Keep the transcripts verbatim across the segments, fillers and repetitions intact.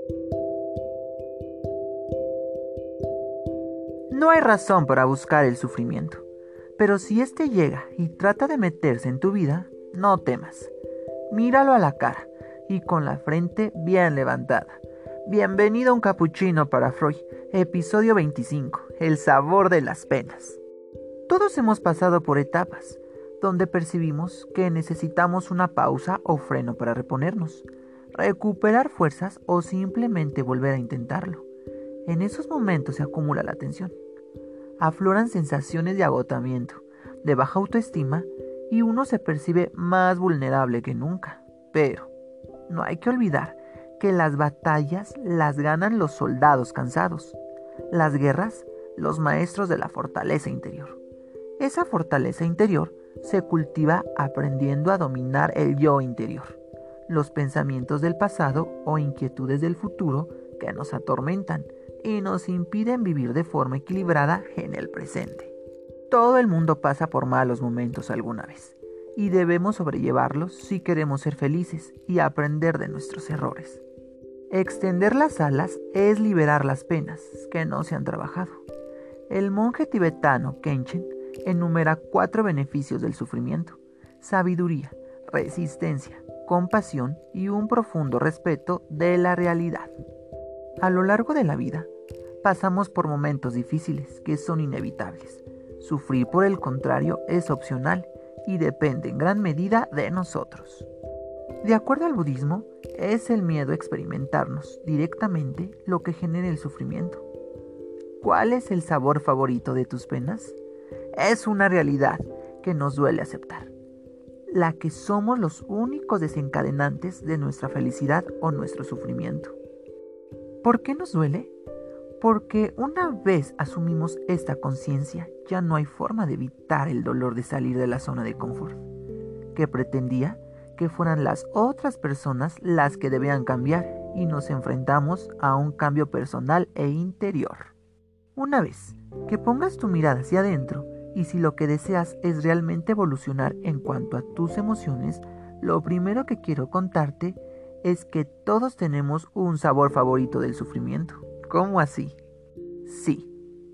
No hay razón para buscar el sufrimiento, pero si éste llega y trata de meterse en tu vida, no temas. Míralo a la cara y con la frente bien levantada. Bienvenido a un capuchino para Freud, episodio veinticinco, el sabor de las penas. Todos hemos pasado por etapas donde percibimos que necesitamos una pausa o freno para reponernos, recuperar fuerzas o simplemente volver a intentarlo. En esos momentos se acumula la tensión. Afloran sensaciones de agotamiento, de baja autoestima y uno se percibe más vulnerable que nunca. Pero no hay que olvidar que las batallas las ganan los soldados cansados, las guerras los maestros de la fortaleza interior. Esa fortaleza interior se cultiva aprendiendo a dominar el yo interior, los pensamientos del pasado o inquietudes del futuro que nos atormentan y nos impiden vivir de forma equilibrada en el presente. Todo el mundo pasa por malos momentos alguna vez y debemos sobrellevarlos si queremos ser felices y aprender de nuestros errores. Extender las alas es liberar las penas que no se han trabajado. El monje tibetano Khenchen enumera cuatro beneficios del sufrimiento: sabiduría, resistencia, compasión y un profundo respeto de la realidad. A lo largo de la vida, pasamos por momentos difíciles que son inevitables. Sufrir, por el contrario, es opcional y depende en gran medida de nosotros. De acuerdo al budismo, es el miedo a experimentarnos directamente lo que genera el sufrimiento. ¿Cuál es el sabor favorito de tus penas? Es una realidad que nos duele aceptar, la que somos los únicos desencadenantes de nuestra felicidad o nuestro sufrimiento. ¿Por qué nos duele? Porque una vez asumimos esta conciencia, ya no hay forma de evitar el dolor de salir de la zona de confort, que pretendía que fueran las otras personas las que debían cambiar, y nos enfrentamos a un cambio personal e interior. Una vez que pongas tu mirada hacia adentro, y si lo que deseas es realmente evolucionar en cuanto a tus emociones, lo primero que quiero contarte es que todos tenemos un sabor favorito del sufrimiento. ¿Cómo así? Sí,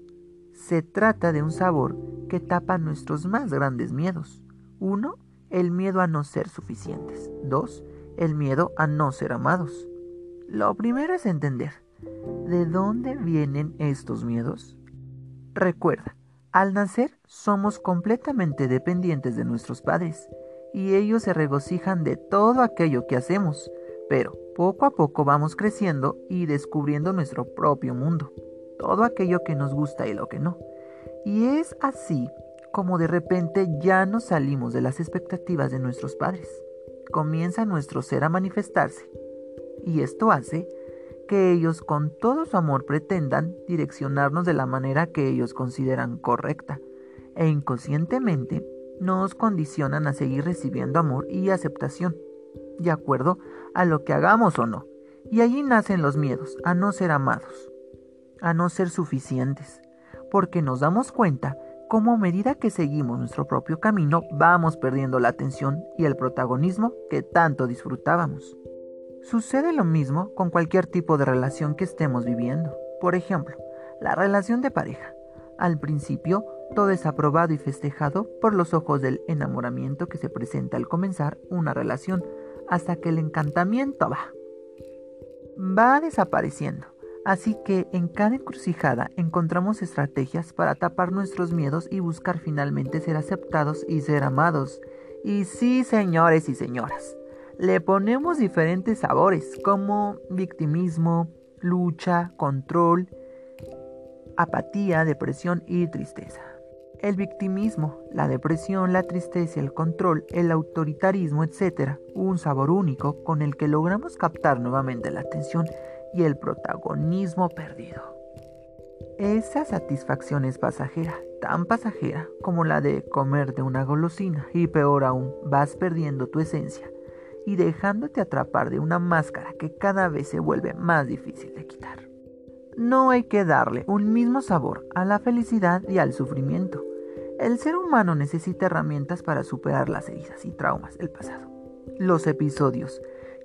se trata de un sabor que tapa nuestros más grandes miedos. Uno, el miedo a no ser suficientes. Dos, el miedo a no ser amados. Lo primero es entender, ¿de dónde vienen estos miedos? Recuerda, al nacer somos completamente dependientes de nuestros padres y ellos se regocijan de todo aquello que hacemos, pero poco a poco vamos creciendo y descubriendo nuestro propio mundo, todo aquello que nos gusta y lo que no. Y es así como de repente ya nos salimos de las expectativas de nuestros padres. Comienza nuestro ser a manifestarse y esto hace que ellos con todo su amor pretendan direccionarnos de la manera que ellos consideran correcta, e inconscientemente nos condicionan a seguir recibiendo amor y aceptación, de acuerdo a lo que hagamos o no. Y allí nacen los miedos a no ser amados, a no ser suficientes, porque nos damos cuenta cómo a medida que seguimos nuestro propio camino vamos perdiendo la atención y el protagonismo que tanto disfrutábamos. Sucede lo mismo con cualquier tipo de relación que estemos viviendo. Por ejemplo, la relación de pareja. Al principio, todo es aprobado y festejado por los ojos del enamoramiento que se presenta al comenzar una relación, hasta que el encantamiento va, va desapareciendo. Así que en cada encrucijada encontramos estrategias para tapar nuestros miedos y buscar finalmente ser aceptados y ser amados. Y sí, señores y señoras, le ponemos diferentes sabores como victimismo, lucha, control, apatía, depresión y tristeza. El victimismo, la depresión, la tristeza, el control, el autoritarismo, etcétera. Un sabor único con el que logramos captar nuevamente la atención y el protagonismo perdido. Esa satisfacción es pasajera, tan pasajera como la de comerte una golosina, y peor aún, vas perdiendo tu esencia y dejándote atrapar de una máscara que cada vez se vuelve más difícil de quitar. No hay que darle un mismo sabor a la felicidad y al sufrimiento. El ser humano necesita herramientas para superar las heridas y traumas del pasado. Los episodios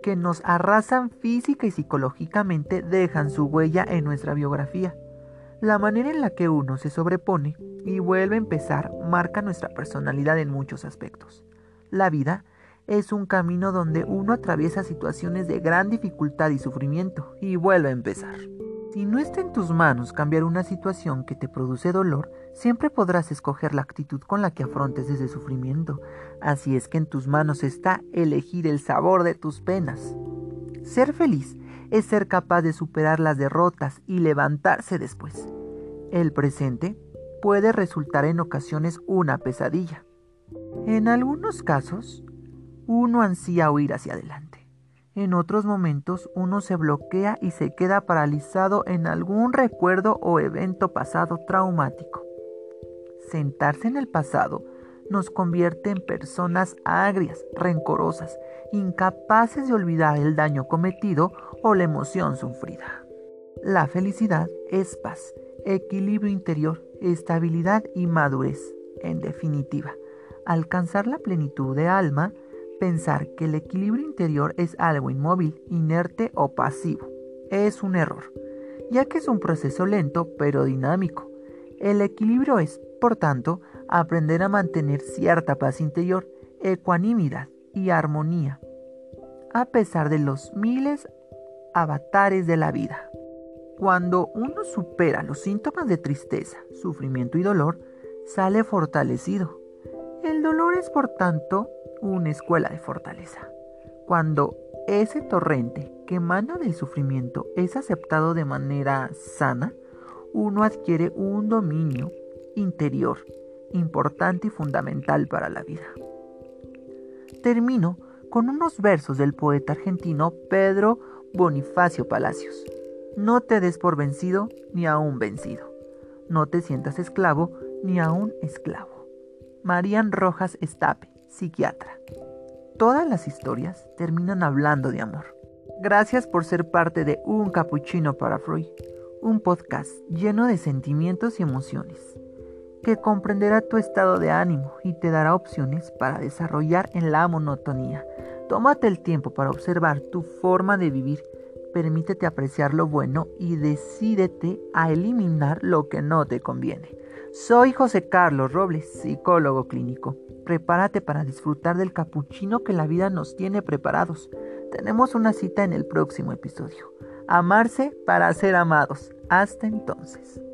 que nos arrasan física y psicológicamente dejan su huella en nuestra biografía. La manera en la que uno se sobrepone y vuelve a empezar marca nuestra personalidad en muchos aspectos. La vida es un camino donde uno atraviesa situaciones de gran dificultad y sufrimiento y vuelve a empezar. Si no está en tus manos cambiar una situación que te produce dolor, siempre podrás escoger la actitud con la que afrontes ese sufrimiento. Así es que en tus manos está elegir el sabor de tus penas. Ser feliz es ser capaz de superar las derrotas y levantarse después. El presente puede resultar en ocasiones una pesadilla. En algunos casos, uno ansía huir hacia adelante. En otros momentos uno se bloquea y se queda paralizado en algún recuerdo o evento pasado traumático. Sentarse en el pasado nos convierte en personas agrias, rencorosas, incapaces de olvidar el daño cometido o la emoción sufrida. La felicidad es paz, equilibrio interior, estabilidad y madurez. En definitiva, alcanzar la plenitud de alma. Pensar que el equilibrio interior es algo inmóvil, inerte o pasivo es un error, ya que es un proceso lento pero dinámico. El equilibrio es, por tanto, aprender a mantener cierta paz interior, ecuanimidad y armonía, a pesar de los miles avatares de la vida. Cuando uno supera los síntomas de tristeza, sufrimiento y dolor, sale fortalecido. El dolor es, por tanto, una escuela de fortaleza. Cuando ese torrente que emana del sufrimiento es aceptado de manera sana, uno adquiere un dominio interior importante y fundamental para la vida. Termino con unos versos del poeta argentino Pedro Bonifacio Palacios. No te des por vencido ni aún vencido. No te sientas esclavo ni aún esclavo. Marian Rojas Estape, psiquiatra. Todas las historias terminan hablando de amor. Gracias por ser parte de Un Capuchino para Freud, un podcast lleno de sentimientos y emociones, que comprenderá tu estado de ánimo y te dará opciones para desarrollar en la monotonía. Tómate el tiempo para observar tu forma de vivir, permítete apreciar lo bueno y decídete a eliminar lo que no te conviene. Soy José Carlos Robles, psicólogo clínico. Prepárate para disfrutar del capuchino que la vida nos tiene preparados. Tenemos una cita en el próximo episodio. Amarse para ser amados. Hasta entonces.